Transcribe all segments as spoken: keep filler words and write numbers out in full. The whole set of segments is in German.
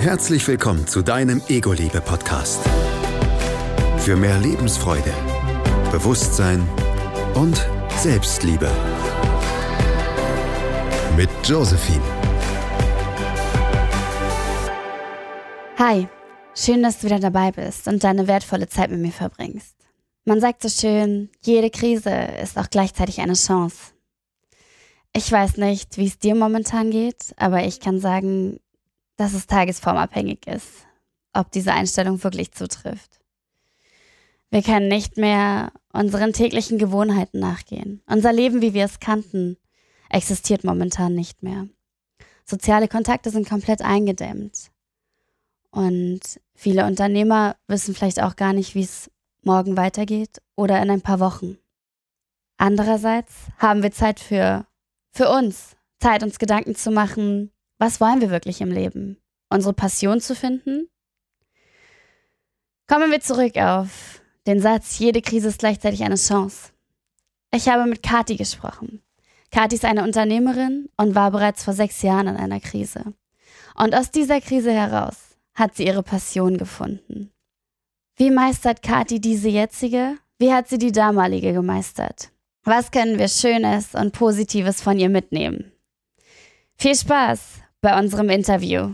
Herzlich willkommen zu deinem Ego-Liebe-Podcast. Für mehr Lebensfreude, Bewusstsein und Selbstliebe. Mit Josephine. Hi, schön, dass du wieder dabei bist und deine wertvolle Zeit mit mir verbringst. Man sagt so schön, jede Krise ist auch gleichzeitig eine Chance. Ich weiß nicht, wie es dir momentan geht, aber ich kann sagen, dass es tagesformabhängig ist, ob diese Einstellung wirklich zutrifft. Wir können nicht mehr unseren täglichen Gewohnheiten nachgehen. Unser Leben, wie wir es kannten, existiert momentan nicht mehr. Soziale Kontakte sind komplett eingedämmt. Und viele Unternehmer wissen vielleicht auch gar nicht, wie es morgen weitergeht oder in ein paar Wochen. Andererseits haben wir Zeit für, für uns, Zeit, uns Gedanken zu machen, was wollen wir wirklich im Leben? Unsere Passion zu finden? Kommen wir zurück auf den Satz, jede Krise ist gleichzeitig eine Chance. Ich habe mit Kathi gesprochen. Kathi ist eine Unternehmerin und war bereits vor sechs Jahren in einer Krise. Und aus dieser Krise heraus hat sie ihre Passion gefunden. Wie meistert Kathi diese jetzige? Wie hat sie die damalige gemeistert? Was können wir Schönes und Positives von ihr mitnehmen? Viel Spaß bei unserem Interview.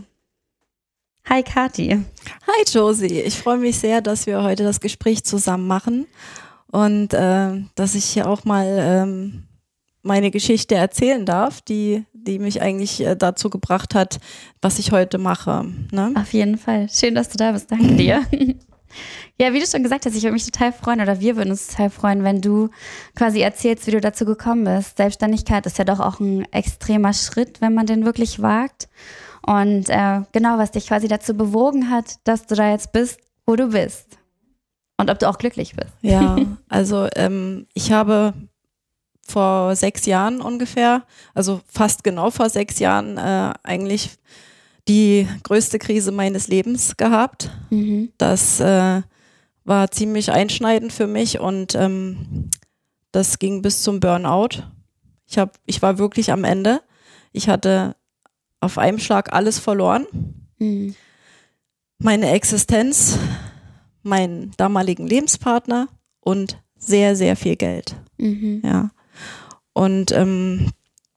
Hi Kathi. Hi Josie, ich freue mich sehr, dass wir heute das Gespräch zusammen machen und äh, dass ich hier auch mal ähm, meine Geschichte erzählen darf, die, die mich eigentlich äh, dazu gebracht hat, was ich heute mache. Ne? Auf jeden Fall. Schön, dass du da bist. Danke dir. Ja, wie du schon gesagt hast, ich würde mich total freuen oder wir würden uns total freuen, wenn du quasi erzählst, wie du dazu gekommen bist. Selbstständigkeit ist ja doch auch ein extremer Schritt, wenn man den wirklich wagt. Und äh, genau, was dich quasi dazu bewogen hat, dass du da jetzt bist, wo du bist. Und ob du auch glücklich bist. Ja, also ähm, ich habe vor sechs Jahren ungefähr, also fast genau vor sechs Jahren äh, eigentlich die größte Krise meines Lebens gehabt. Mhm. Das äh, war ziemlich einschneidend für mich und ähm, das ging bis zum Burnout. Ich hab, ich war wirklich am Ende. Ich hatte auf einem Schlag alles verloren. Mhm. Meine Existenz, meinen damaligen Lebenspartner und sehr, sehr viel Geld. Mhm. Ja. Und ähm,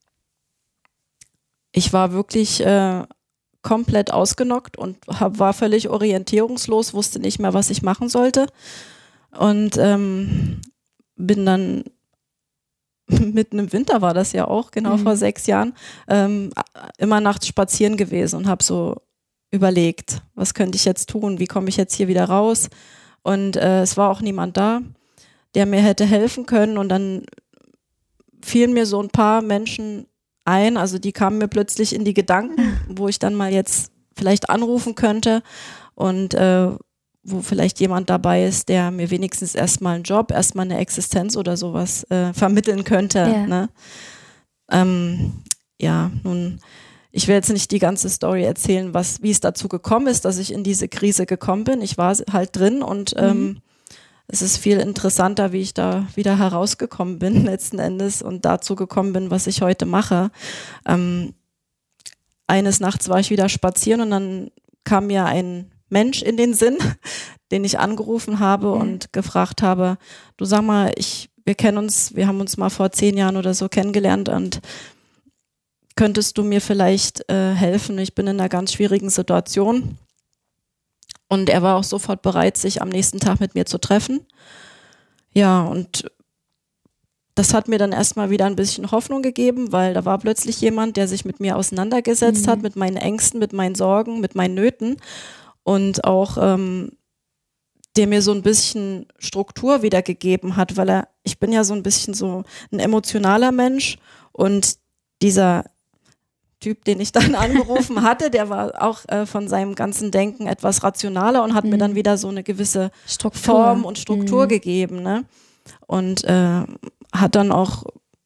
ich war wirklich äh, komplett ausgenockt und hab, war völlig orientierungslos, wusste nicht mehr, was ich machen sollte und ähm, bin dann mitten im Winter war das ja auch, genau mhm. vor sechs Jahren, ähm, immer nachts spazieren gewesen und habe so überlegt, was könnte ich jetzt tun, wie komme ich jetzt hier wieder raus und äh, es war auch niemand da, der mir hätte helfen können und dann fielen mir so ein paar Menschen ein, also die kamen mir plötzlich in die Gedanken, wo ich dann mal jetzt vielleicht anrufen könnte und äh, wo vielleicht jemand dabei ist, der mir wenigstens erstmal einen Job, erstmal eine Existenz oder sowas äh, vermitteln könnte. Ja. Ne? Ähm, ja, nun, ich will jetzt nicht die ganze Story erzählen, was, wie es dazu gekommen ist, dass ich in diese Krise gekommen bin. Ich war halt drin und mhm. ähm, es ist viel interessanter, wie ich da wieder herausgekommen bin letzten Endes und dazu gekommen bin, was ich heute mache. Ähm, eines Nachts war ich wieder spazieren und dann kam mir ein Mensch in den Sinn, den ich angerufen habe mhm. und gefragt habe, du sag mal, ich, wir kennen uns, wir haben uns mal vor zehn Jahren oder so kennengelernt und könntest du mir vielleicht äh, helfen? Ich bin in einer ganz schwierigen Situation. Und er war auch sofort bereit, sich am nächsten Tag mit mir zu treffen. Ja, und das hat mir dann erstmal wieder ein bisschen Hoffnung gegeben, weil da war plötzlich jemand, der sich mit mir auseinandergesetzt mhm. hat, mit meinen Ängsten, mit meinen Sorgen, mit meinen Nöten und auch ähm, der mir so ein bisschen Struktur wiedergegeben hat, weil er, ich bin ja so ein bisschen so ein emotionaler Mensch und dieser Typ, den ich dann angerufen hatte, der war auch äh, von seinem ganzen Denken etwas rationaler und hat mhm. mir dann wieder so eine gewisse Struktur. Form und Struktur mhm. gegeben, ne? Und äh, hat dann auch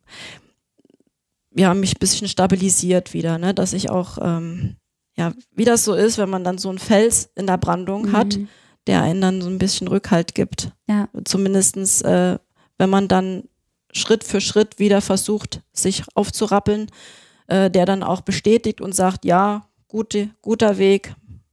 ja, mich ein bisschen stabilisiert wieder, ne? Dass ich auch, ähm, ja, wie das so ist, wenn man dann so einen Fels in der Brandung mhm. hat, der einen dann so ein bisschen Rückhalt gibt. Ja. Zumindestens, äh, wenn man dann Schritt für Schritt wieder versucht, sich aufzurappeln, äh, der dann auch bestätigt und sagt, ja, gute, guter Weg,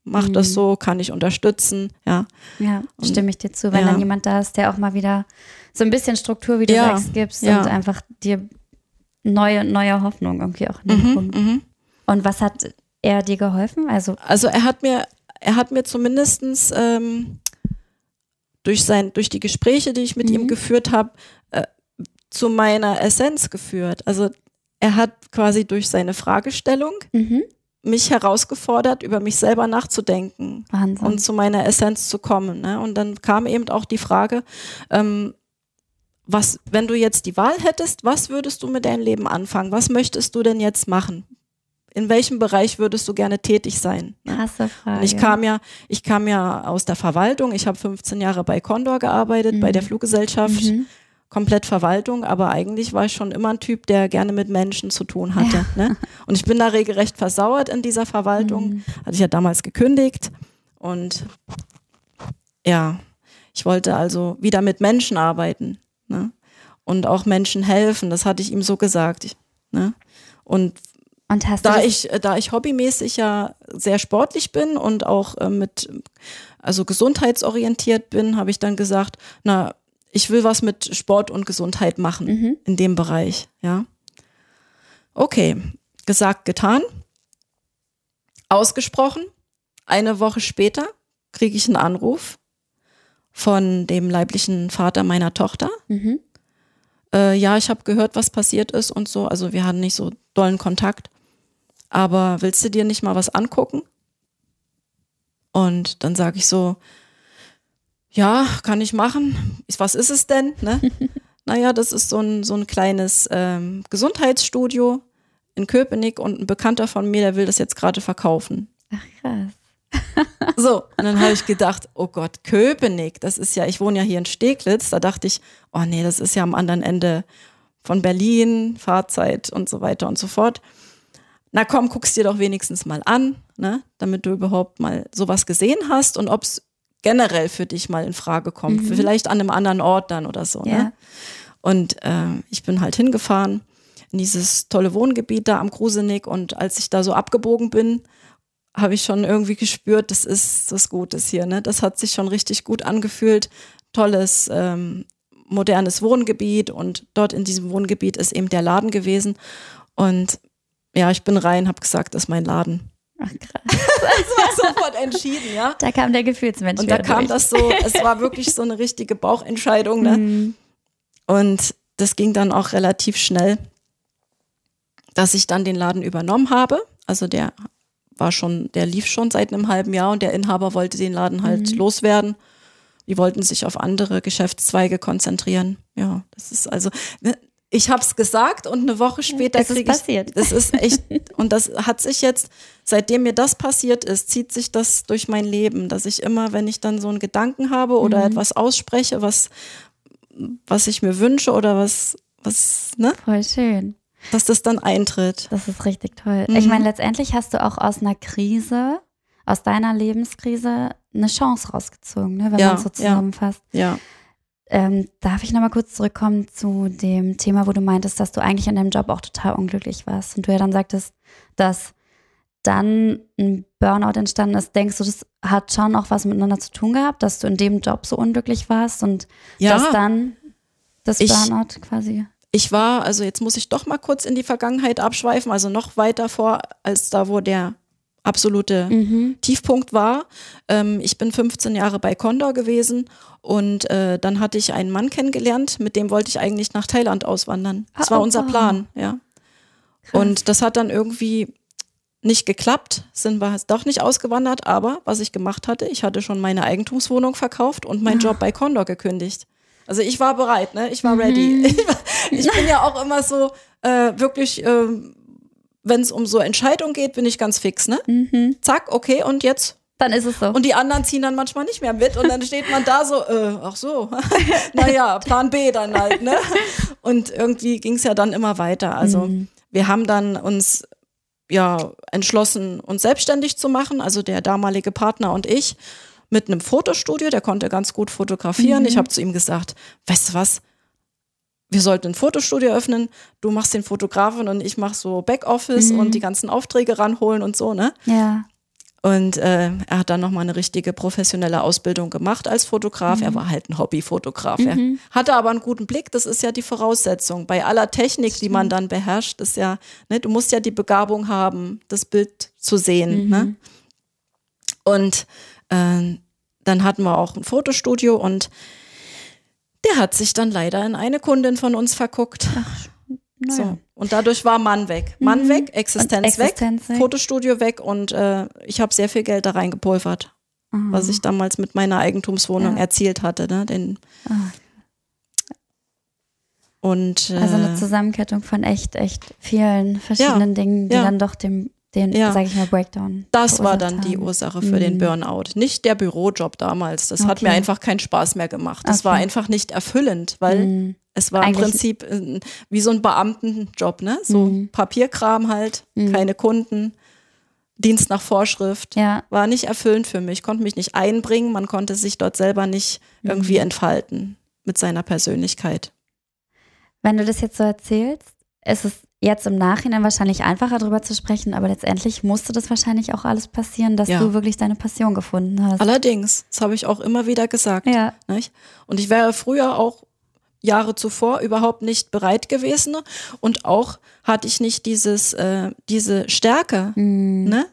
mach Mhm. das so, kann ich unterstützen, ja. Ja, Und- stimme ich dir zu, wenn ja. dann jemand da ist, der auch mal wieder so ein bisschen Struktur, wie du Ja, sagst, gibst ja. und einfach dir neue, neue Hoffnung irgendwie auch in den Mhm, Punkt. mhm. Und was hat er dir geholfen? Also, Also er hat mir, er hat mir zumindestens ähm, durch sein, durch die Gespräche, die ich mit Mhm. ihm geführt habe, äh, zu meiner Essenz geführt. Also er hat quasi durch seine Fragestellung mhm. mich herausgefordert, über mich selber nachzudenken Wahnsinn. und zu meiner Essenz zu kommen. Ne? Und dann kam eben auch die Frage, ähm, was, wenn du jetzt die Wahl hättest, was würdest du mit deinem Leben anfangen? Was möchtest du denn jetzt machen? In welchem Bereich würdest du gerne tätig sein? Ne? Krasse Frage. Und ich kam ja, ich kam ja aus der Verwaltung. Ich habe fünfzehn Jahre bei Condor gearbeitet, Mhm. bei der Fluggesellschaft, Mhm. komplett Verwaltung. Aber eigentlich war ich schon immer ein Typ, der gerne mit Menschen zu tun hatte. Ne? Und ich bin da regelrecht versauert in dieser Verwaltung. Mhm. Hatte ich ja damals gekündigt. Und ja, ich wollte also wieder mit Menschen arbeiten, ne? Und auch Menschen helfen. Das hatte ich ihm so gesagt. Ich, ne? Und Und hast da du das, ich, da ich hobbymäßig ja sehr sportlich bin und auch äh, mit, also gesundheitsorientiert bin, habe ich dann gesagt, na, ich will was mit Sport und Gesundheit machen Mhm. in dem Bereich, ja. Okay, gesagt, getan, ausgesprochen. Eine Woche später kriege ich einen Anruf von dem leiblichen Vater meiner Tochter. Mhm. Äh, ja, ich habe gehört, was passiert ist und so. Also wir hatten nicht so dollen Kontakt. Aber willst du dir nicht mal was angucken? Und dann sage ich so, ja, kann ich machen. Ich, was ist es denn? Ne? Naja, das ist so ein, so ein kleines ähm, Gesundheitsstudio in Köpenick und ein Bekannter von mir, der will das jetzt gerade verkaufen. Ach, krass. So, und dann habe ich gedacht, oh Gott, Köpenick, das ist ja, ich wohne ja hier in Steglitz, da dachte ich, oh nee, das ist ja am anderen Ende von Berlin, Fahrzeit und so weiter und so fort. Na komm, guck's dir doch wenigstens mal an, ne, damit du überhaupt mal sowas gesehen hast und ob es generell für dich mal in Frage kommt, Mhm. vielleicht an einem anderen Ort dann oder so. Ja. Ne? Und äh, ich bin halt hingefahren in dieses tolle Wohngebiet da am Krusenick und als ich da so abgebogen bin, habe ich schon irgendwie gespürt, das ist was Gutes hier. Ne? Das hat sich schon richtig gut angefühlt. Tolles, ähm, modernes Wohngebiet und dort in diesem Wohngebiet ist eben der Laden gewesen. Und ja, ich bin rein, habe gesagt, das ist mein Laden. Ach, krass. Das war sofort entschieden, ja. Da kam der Gefühlsmensch Und da wieder kam durch. das so, es war wirklich so eine richtige Bauchentscheidung. Ne? Mhm. Und das ging dann auch relativ schnell, dass ich dann den Laden übernommen habe. Also der war schon, der lief schon seit einem halben Jahr und der Inhaber wollte den Laden halt Mhm. loswerden. Die wollten sich auf andere Geschäftszweige konzentrieren. Ja, das ist also, ne, ich habe es gesagt und eine Woche später Es ist kriege ich, passiert. das ist echt, und das hat sich jetzt, seitdem mir das passiert ist, zieht sich das durch mein Leben, dass ich immer, wenn ich dann so einen Gedanken habe oder Mhm. etwas ausspreche, was, was ich mir wünsche oder was, was, ne, Voll schön. dass das dann eintritt. Das ist richtig toll. Mhm. Ich meine, letztendlich hast du auch aus einer Krise, aus deiner Lebenskrise, eine Chance rausgezogen, ne, wenn Ja, man es so ja. zusammenfasst. Ja. Ähm, darf ich nochmal kurz zurückkommen zu dem Thema, wo du meintest, dass du eigentlich in deinem Job auch total unglücklich warst und du ja dann sagtest, dass dann ein Burnout entstanden ist. Denkst du, das hat schon auch was miteinander zu tun gehabt, dass du in dem Job so unglücklich warst und Ja. dass dann das Ich- Burnout quasi... Ich war, also jetzt muss ich doch mal kurz in die Vergangenheit abschweifen, also noch weiter vor, als da, wo der absolute Mhm. Tiefpunkt war. Ähm, ich bin fünfzehn Jahre bei Condor gewesen und äh, dann hatte ich einen Mann kennengelernt, mit dem wollte ich eigentlich nach Thailand auswandern. Das Ah, war oh, unser wow. Plan, ja. Krass. Und das hat dann irgendwie nicht geklappt, sind wir doch nicht ausgewandert, aber was ich gemacht hatte, ich hatte schon meine Eigentumswohnung verkauft und meinen Ah. Job bei Condor gekündigt. Also ich war bereit, ne? Ich war Mhm. ready. Ich, war, ich bin ja auch immer so äh, wirklich, ähm, wenn es um so Entscheidungen geht, bin ich ganz fix, ne? Mhm. Zack, okay, und jetzt? Dann ist es so. Und die anderen ziehen dann manchmal nicht mehr mit und dann steht man da so, äh, ach so, naja, Plan B dann halt, ne? Und irgendwie ging es ja dann immer weiter. Also Mhm. wir haben dann uns ja entschlossen, uns selbstständig zu machen, also der damalige Partner und ich, mit einem Fotostudio, der konnte ganz gut fotografieren. Mhm. Ich habe zu ihm gesagt, weißt du was, wir sollten ein Fotostudio öffnen, du machst den Fotografen und ich mache so Backoffice Mhm. und die ganzen Aufträge ranholen und so, ne? Ja. Und äh, er hat dann nochmal eine richtige professionelle Ausbildung gemacht als Fotograf. Mhm. Er war halt ein Hobbyfotograf. Mhm. Er hatte aber einen guten Blick, das ist ja die Voraussetzung. Bei aller Technik, die man dann beherrscht, ist ja, ne, du musst ja die Begabung haben, das Bild zu sehen. Mhm. Ne? Und äh, dann hatten wir auch ein Fotostudio und der hat sich dann leider in eine Kundin von uns verguckt. Ach. Naja. So. Und dadurch war Mann weg. Mann mhm. weg, Existenz, Existenz weg, weg, Fotostudio weg und äh, ich habe sehr viel Geld da reingepulvert, mhm. was ich damals mit meiner Eigentumswohnung ja. erzielt hatte. Ne? Den und, äh, also eine Zusammenkettung von echt, echt vielen verschiedenen ja. Dingen, die ja. dann doch dem, den, ja. sag ich mal, Breakdown Das war dann haben. die Ursache für mhm. den Burnout. Nicht der Bürojob damals. Das okay. hat mir einfach keinen Spaß mehr gemacht. Das okay. war einfach nicht erfüllend, weil mhm. es war Eigentlich im Prinzip äh, wie so ein Beamtenjob, ne? So mhm. Papierkram halt, mhm. keine Kunden, Dienst nach Vorschrift. Ja. War nicht erfüllend für mich, konnte mich nicht einbringen, man konnte sich dort selber nicht mhm. irgendwie entfalten mit seiner Persönlichkeit. Wenn du das jetzt so erzählst, ist es jetzt im Nachhinein wahrscheinlich einfacher darüber zu sprechen, aber letztendlich musste das wahrscheinlich auch alles passieren, dass ja. du wirklich deine Passion gefunden hast. Allerdings, das habe ich auch immer wieder gesagt. Ja. Nicht? Und ich wäre früher auch Jahre zuvor überhaupt nicht bereit gewesen und auch hatte ich nicht dieses, äh, diese Stärke. Mhm. Ne?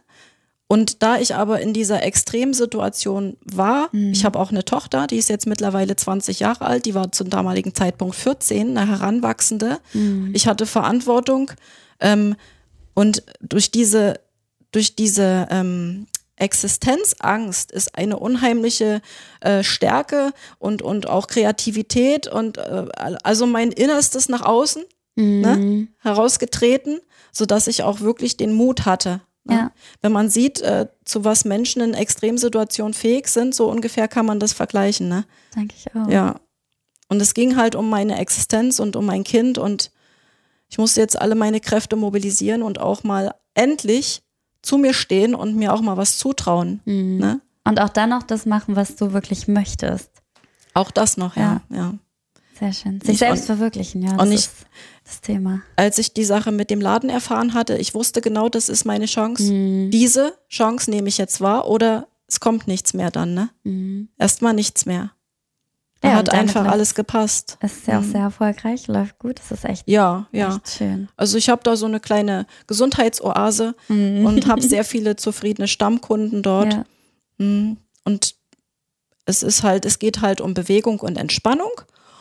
Und da ich aber in dieser Extremsituation war, mhm. ich habe auch eine Tochter, die ist jetzt mittlerweile zwanzig Jahre alt, die war zum damaligen Zeitpunkt vierzehn, eine Heranwachsende. Mhm. Ich hatte Verantwortung ähm, und durch diese, durch diese ähm, Existenzangst ist eine unheimliche äh, Stärke und, und auch Kreativität und äh, also mein Innerstes nach außen mhm. ne, herausgetreten, sodass ich auch wirklich den Mut hatte. Ne? Ja. Wenn man sieht, äh, zu was Menschen in Extremsituationen fähig sind, so ungefähr kann man das vergleichen. Ne? Denke ich auch. Ja. Und es ging halt um meine Existenz und um mein Kind und ich musste jetzt alle meine Kräfte mobilisieren und auch mal endlich zu mir stehen und mir auch mal was zutrauen. Mhm. Ne? Und auch dann noch das machen, was du wirklich möchtest. Auch das noch, ja. ja. ja. Sehr schön. Sich ich selbst und, verwirklichen, ja, das und ich, ist das Thema. Als ich die Sache mit dem Laden erfahren hatte, ich wusste genau, das ist meine Chance. Mhm. Diese Chance nehme ich jetzt wahr oder es kommt nichts mehr dann. Ne? Mhm. Erstmal nichts mehr. Da ja, hat einfach alles gepasst. Es ist ja auch mhm. sehr erfolgreich, läuft gut, das ist echt, ja, ja. echt schön. Also ich habe da so eine kleine Gesundheitsoase mhm. und habe sehr viele zufriedene Stammkunden dort. Ja. Und es ist halt, es geht halt um Bewegung und Entspannung.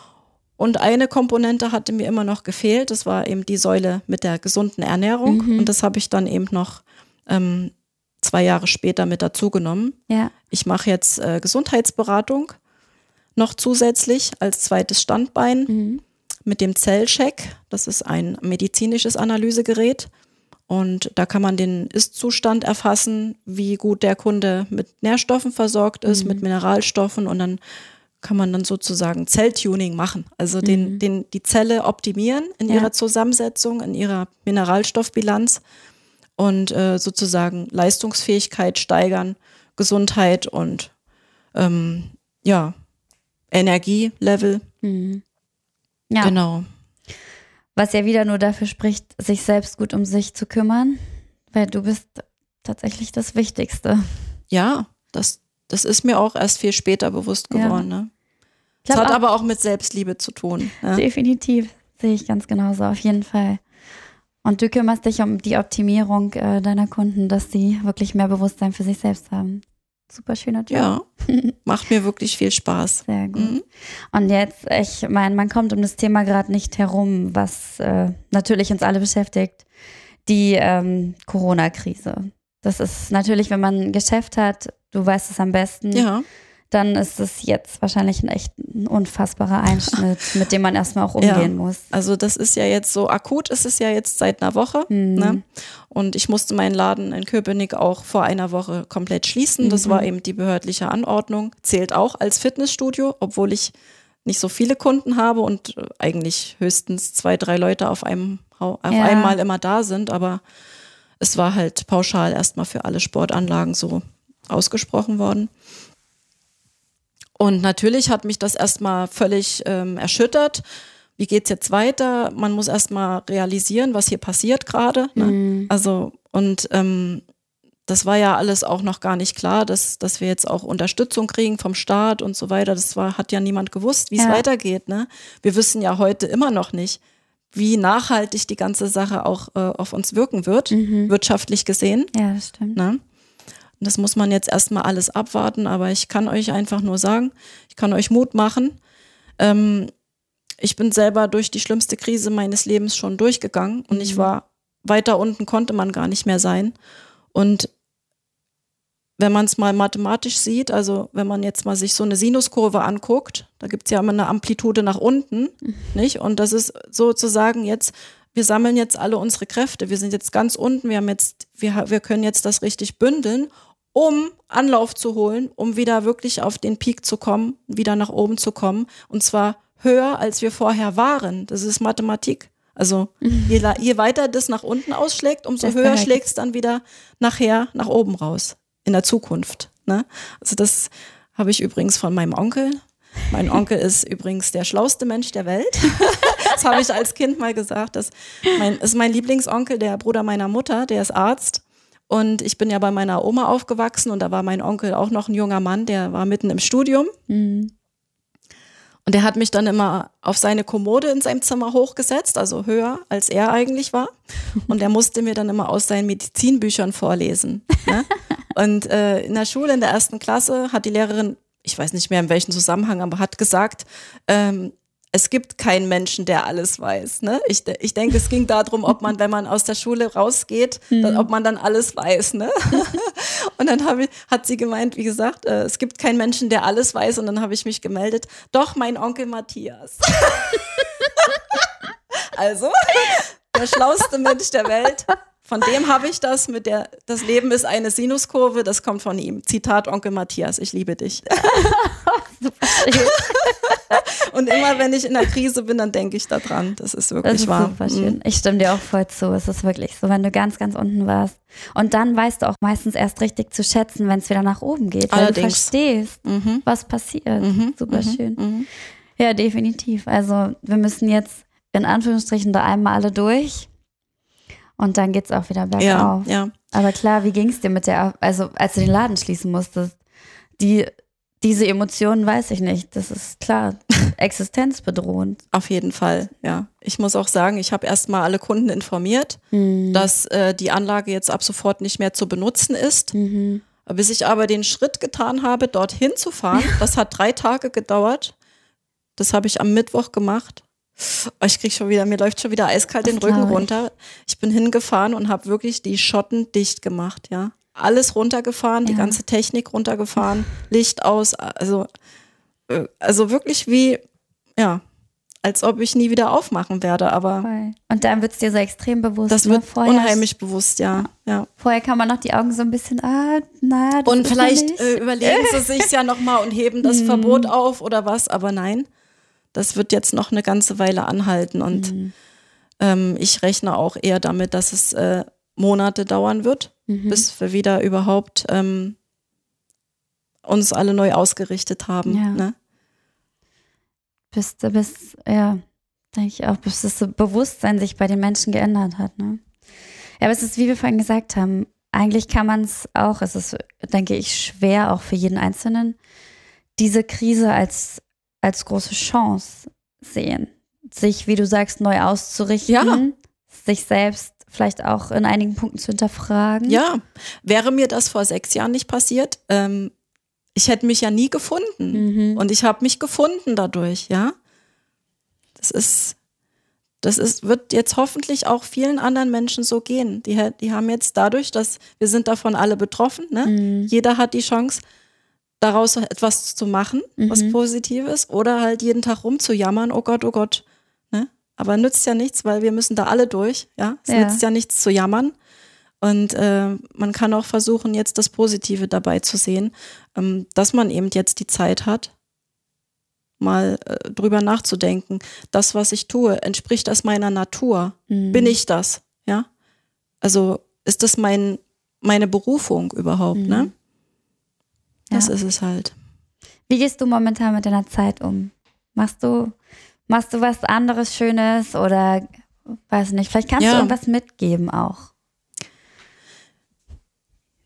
Und eine Komponente hatte mir immer noch gefehlt, das war eben die Säule mit der gesunden Ernährung. Mhm. Und das habe ich dann eben noch ähm, zwei Jahre später mit dazu genommen. Ja. Ich mache jetzt äh, Gesundheitsberatung noch zusätzlich als zweites Standbein mhm. mit dem Zellcheck. Das ist ein medizinisches Analysegerät und da kann man den Ist-Zustand erfassen, wie gut der Kunde mit Nährstoffen versorgt ist, mhm. mit Mineralstoffen und dann kann man dann sozusagen Zelltuning machen, also den, mhm. den, die Zelle optimieren in ja. ihrer Zusammensetzung, in ihrer Mineralstoffbilanz und äh, sozusagen Leistungsfähigkeit steigern, Gesundheit und ähm, ja, Energielevel. Mhm. Ja. Genau. Was ja wieder nur dafür spricht, sich selbst gut um sich zu kümmern, weil du bist tatsächlich das Wichtigste. Ja, das, das ist mir auch erst viel später bewusst geworden. Ja. Ne? Das hat auch aber auch mit Selbstliebe zu tun. Ne? Definitiv, sehe ich ganz genauso, auf jeden Fall. Und du kümmerst dich um die Optimierung äh, deiner Kunden, dass sie wirklich mehr Bewusstsein für sich selbst haben. Super schöner Job. Ja, macht mir wirklich viel Spaß. Sehr gut. Mhm. Und jetzt, ich meine, man kommt um das Thema gerade nicht herum, was äh, natürlich uns alle beschäftigt, die ähm, Corona-Krise. Das ist natürlich, wenn man ein Geschäft hat, du weißt es am besten, ja. dann ist es jetzt wahrscheinlich ein echt ein unfassbarer Einschnitt, mit dem man erstmal auch umgehen ja. muss. Also das ist ja jetzt so, akut ist es ja jetzt seit einer Woche. Mhm. Ne? Und ich musste meinen Laden in Köpenick auch vor einer Woche komplett schließen. Das mhm. war eben die behördliche Anordnung. Zählt auch als Fitnessstudio, obwohl ich nicht so viele Kunden habe und eigentlich höchstens zwei, drei Leute auf einem auf ja. einmal immer da sind. Aber es war halt pauschal erstmal für alle Sportanlagen so ausgesprochen worden. Und natürlich hat mich das erstmal völlig ähm, erschüttert. Wie geht's jetzt weiter? Man muss erstmal realisieren, was hier passiert gerade. Ne? Mhm. Also, und ähm, das war ja alles auch noch gar nicht klar, dass, dass wir jetzt auch Unterstützung kriegen vom Staat und so weiter. Das war, hat ja niemand gewusst, wie es Ja. weitergeht. Ne? Wir wissen ja heute immer noch nicht, wie nachhaltig die ganze Sache auch äh, auf uns wirken wird, Mhm. wirtschaftlich gesehen. Ja, das stimmt. Ne? Und das muss man jetzt erstmal alles abwarten, aber ich kann euch einfach nur sagen, ich kann euch Mut machen. Ähm, ich bin selber durch die schlimmste Krise meines Lebens schon durchgegangen und ich war weiter unten, konnte man gar nicht mehr sein. Und wenn man es mal mathematisch sieht, also wenn man jetzt mal sich so eine Sinuskurve anguckt, da gibt es ja immer eine Amplitude nach unten, nicht? Und das ist sozusagen jetzt, wir sammeln jetzt alle unsere Kräfte, wir sind jetzt ganz unten, wir haben jetzt, wir, wir können jetzt das richtig bündeln, um Anlauf zu holen, um wieder wirklich auf den Peak zu kommen, wieder nach oben zu kommen, und zwar höher, als wir vorher waren. Das ist Mathematik. Also je, la- je weiter das nach unten ausschlägt, umso Desto höher höher schlägt es dann wieder nachher nach oben raus, in der Zukunft. Ne? Also das habe ich übrigens von meinem Onkel. Mein Onkel ist übrigens der schlauste Mensch der Welt. Das habe ich als Kind mal gesagt. Das mein, ist mein Lieblingsonkel, der Bruder meiner Mutter, der ist Arzt. Und ich bin ja bei meiner Oma aufgewachsen und da war mein Onkel auch noch ein junger Mann, der war mitten im Studium. Mhm. Und der hat mich dann immer auf seine Kommode in seinem Zimmer hochgesetzt, also höher, als er eigentlich war. Und er musste mir dann immer aus seinen Medizinbüchern vorlesen. Ne? Und äh, in der Schule, in der ersten Klasse, hat die Lehrerin, ich weiß nicht mehr in welchem Zusammenhang, aber hat gesagt, ähm, es gibt keinen Menschen, der alles weiß. Ne? Ich, ich denke, es ging darum, ob man, wenn man aus der Schule rausgeht, Mhm. dann, ob man dann alles weiß. Ne? Und dann hab ich, hat sie gemeint, wie gesagt, äh, es gibt keinen Menschen, der alles weiß. Und dann habe ich mich gemeldet, doch, mein Onkel Matthias. Also, der schlauste Mensch der Welt. Von dem habe ich das mit der, das Leben ist eine Sinuskurve, das kommt von ihm. Zitat Onkel Matthias, ich liebe dich. Und immer wenn ich in der Krise bin, dann denke ich da dran. Das ist wirklich Das ist wahr. super schön. Mhm. Ich stimme dir auch voll zu. Es ist wirklich so, wenn du ganz, ganz unten warst. Und dann weißt du auch meistens erst richtig zu schätzen, wenn es wieder nach oben geht, weil Allerdings. du verstehst, Mhm. was passiert. Mhm. Super Mhm. schön. Mhm. Ja, definitiv. Also wir müssen jetzt in Anführungsstrichen da einmal alle durch und dann geht's auch wieder Ja, bergauf. ja. Aber klar, wie ging's dir mit der, also als du den Laden schließen musstest, die, diese Emotionen weiß ich nicht. Das ist klar, existenzbedrohend. Auf jeden Fall, ja. Ich muss auch sagen, ich habe erstmal alle Kunden informiert, Mhm. dass äh, die Anlage jetzt ab sofort nicht mehr zu benutzen ist. Mhm. Bis ich aber den Schritt getan habe, dorthin zu fahren, das hat drei Tage gedauert. Das habe ich am Mittwoch gemacht. Oh, ich krieg schon wieder, mir läuft schon wieder eiskalt Das den Rücken glaub ich. runter. Ich bin hingefahren und habe wirklich die Schotten dicht gemacht, ja. Alles runtergefahren, die Ja. ganze Technik runtergefahren, Licht aus, also, äh, also wirklich wie, ja, als ob ich nie wieder aufmachen werde, aber Voll. Und dann wird es dir so extrem bewusst. das ne? wird vorher, unheimlich bewusst, ja, ja. Vorher kann man noch die Augen so ein bisschen, ah, na, das Und ist vielleicht noch nicht. äh, überlegen sie sich ja nochmal und heben das Mhm. Verbot auf oder was, aber nein, das wird jetzt noch eine ganze Weile anhalten und Mhm. ähm, ich rechne auch eher damit, dass es äh, Monate dauern wird, Mhm. bis wir wieder überhaupt ähm, uns alle neu ausgerichtet haben. Ja. Ne? bis, bis, ja, denke ich auch, bis das so Bewusstsein sich bei den Menschen geändert hat. Ne? Ja, aber es ist, wie wir vorhin gesagt haben, eigentlich kann man es auch, es ist, denke ich, schwer auch für jeden Einzelnen, diese Krise als, als große Chance sehen. Sich, wie du sagst, neu auszurichten, Ja. sich selbst vielleicht auch in einigen Punkten zu hinterfragen. Ja, wäre mir das vor sechs Jahren nicht passiert, ähm, ich hätte mich ja nie gefunden. Mhm. Und ich habe mich gefunden dadurch, ja. Das ist, das ist, wird jetzt hoffentlich auch vielen anderen Menschen so gehen. Die, die haben jetzt dadurch, dass wir sind davon alle betroffen, ne? Mhm. Jeder hat die Chance, daraus etwas zu machen, was Mhm. Positives, oder halt jeden Tag rumzujammern, oh Gott, oh Gott. Ne? Aber nützt ja nichts, weil wir müssen da alle durch, ja. Es Ja. nützt ja nichts zu jammern. Und äh, man kann auch versuchen, jetzt das Positive dabei zu sehen, ähm, dass man eben jetzt die Zeit hat, mal äh, drüber nachzudenken. Das, was ich tue, entspricht das meiner Natur? Mhm. Bin ich das? Ja. Also ist das mein, meine Berufung überhaupt? Mhm. Ne? Das Ja. ist es halt. Wie gehst du momentan mit deiner Zeit um? Machst du, machst du was anderes Schönes oder weiß nicht, vielleicht kannst Ja. du irgendwas mitgeben auch.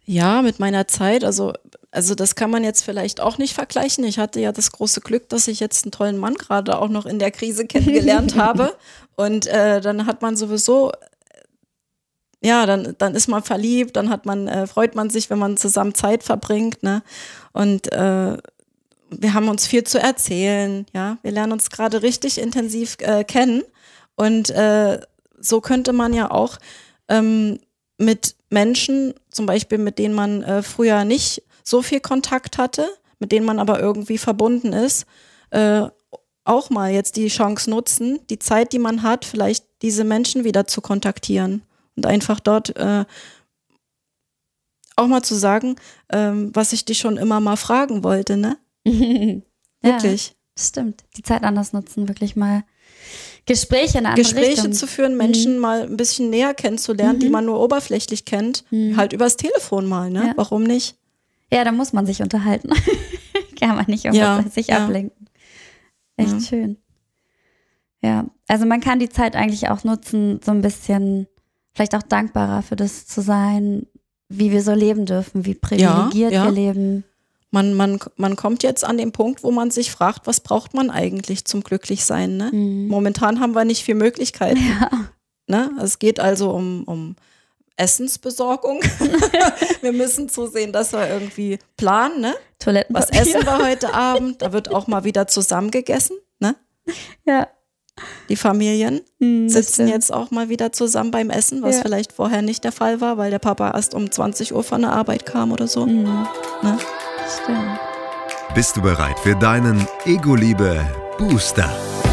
Ja, mit meiner Zeit, also, also das kann man jetzt vielleicht auch nicht vergleichen. Ich hatte ja das große Glück, dass ich jetzt einen tollen Mann gerade auch noch in der Krise kennengelernt habe. Und äh, dann hat man sowieso, ja, dann, dann ist man verliebt, dann hat man, äh, freut man sich, wenn man zusammen Zeit verbringt, ne? Und äh, wir haben uns viel zu erzählen, ja. Wir lernen uns gerade richtig intensiv äh, kennen. Und äh, so könnte man ja auch ähm, mit Menschen, zum Beispiel mit denen man äh, früher nicht so viel Kontakt hatte, mit denen man aber irgendwie verbunden ist, äh, auch mal jetzt die Chance nutzen, die Zeit, die man hat, vielleicht diese Menschen wieder zu kontaktieren und einfach dort äh, auch mal zu sagen, ähm, was ich dich schon immer mal fragen wollte, ne? Wirklich. Ja, stimmt. Die Zeit anders nutzen, wirklich mal Gespräche in eine andere Gespräche Richtung. zu führen, Menschen mhm. mal ein bisschen näher kennenzulernen, mhm. die man nur oberflächlich kennt, mhm. halt übers Telefon mal, ne? Ja. Warum nicht? Ja, da muss man sich unterhalten. Kann man nicht irgendwas ja, sich ja. ablenken. Echt ja. schön. Ja, also man kann die Zeit eigentlich auch nutzen, so ein bisschen vielleicht auch dankbarer für das zu sein, wie wir so leben dürfen, wie privilegiert ja, ja. wir leben. Man, man, man kommt jetzt an den Punkt, wo man sich fragt, was braucht man eigentlich zum Glücklichsein, ne? Mhm. Momentan haben wir nicht viel Möglichkeiten. Ja. Ne? Es geht also um, um Essensbesorgung. Wir müssen zusehen, dass wir irgendwie planen, ne? Was essen wir heute Abend? Da wird auch mal wieder zusammen gegessen, ne? Ja. Die Familien mhm, sitzen jetzt auch mal wieder zusammen beim Essen, was ja. vielleicht vorher nicht der Fall war, weil der Papa erst um zwanzig Uhr von der Arbeit kam oder so. Mhm. Ne? Stimmt. Bist du bereit für deinen Ego-Liebe-Booster?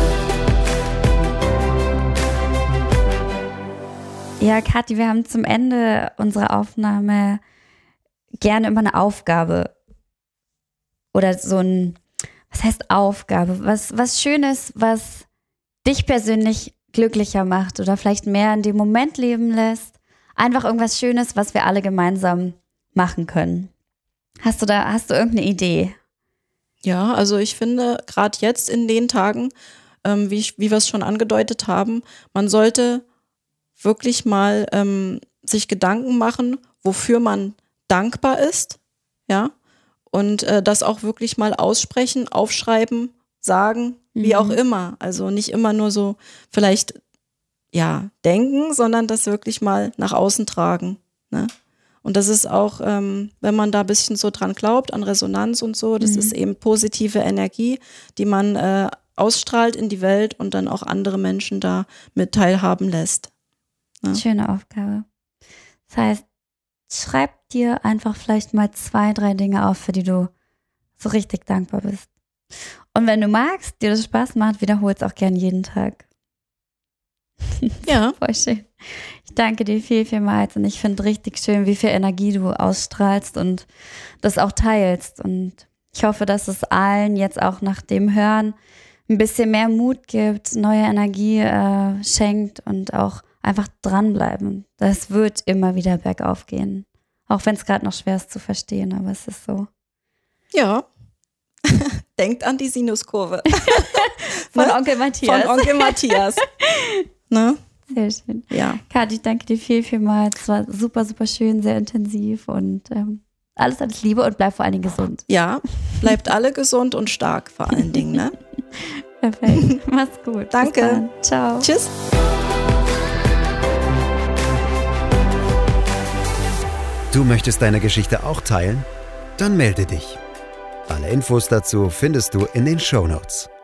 Ja, Kathi, wir haben zum Ende unserer Aufnahme gerne immer eine Aufgabe oder so ein, was heißt Aufgabe? Was, was Schönes, was dich persönlich glücklicher macht oder vielleicht mehr in dem Moment leben lässt. Einfach irgendwas Schönes, was wir alle gemeinsam machen können. Hast du da, hast du irgendeine Idee? Ja, also ich finde, gerade jetzt in den Tagen, ähm, wie, ich, wie wir es schon angedeutet haben, man sollte wirklich mal ähm, sich Gedanken machen, wofür man dankbar ist, ja, und äh, das auch wirklich mal aussprechen, aufschreiben, sagen, mhm. wie auch immer. Also nicht immer nur so vielleicht, ja, denken, sondern das wirklich mal nach außen tragen, ne? Und das ist auch, ähm, wenn man da ein bisschen so dran glaubt, an Resonanz und so, das mhm. ist eben positive Energie, die man äh, ausstrahlt in die Welt und dann auch andere Menschen da mit teilhaben lässt. Ja. Schöne Aufgabe. Das heißt, schreib dir einfach vielleicht mal zwei, drei Dinge auf, für die du so richtig dankbar bist. Und wenn du magst, dir das Spaß macht, wiederhol es auch gern jeden Tag. Ja. Voll schön. Ich danke dir viel, vielmals und ich finde richtig schön, wie viel Energie du ausstrahlst und das auch teilst. Und ich hoffe, dass es allen jetzt auch nach dem Hören ein bisschen mehr Mut gibt, neue Energie äh, schenkt und auch einfach dranbleiben. Das wird immer wieder bergauf gehen. Auch wenn es gerade noch schwer ist zu verstehen, aber es ist so. Ja. Denkt an die Sinuskurve. Von ne? Onkel Matthias. Von Onkel Matthias. Ne? Sehr schön. Ja. Kathi, ich danke dir viel, vielmals. Es war super, super schön, sehr intensiv und ähm, alles, alles Liebe und bleib vor allen Dingen gesund. Ja, bleibt alle gesund und stark vor allen Dingen, ne? Perfekt. Mach's gut. Danke. Ciao. Tschüss. Du möchtest deine Geschichte auch teilen? Dann melde dich. Alle Infos dazu findest du in den Shownotes.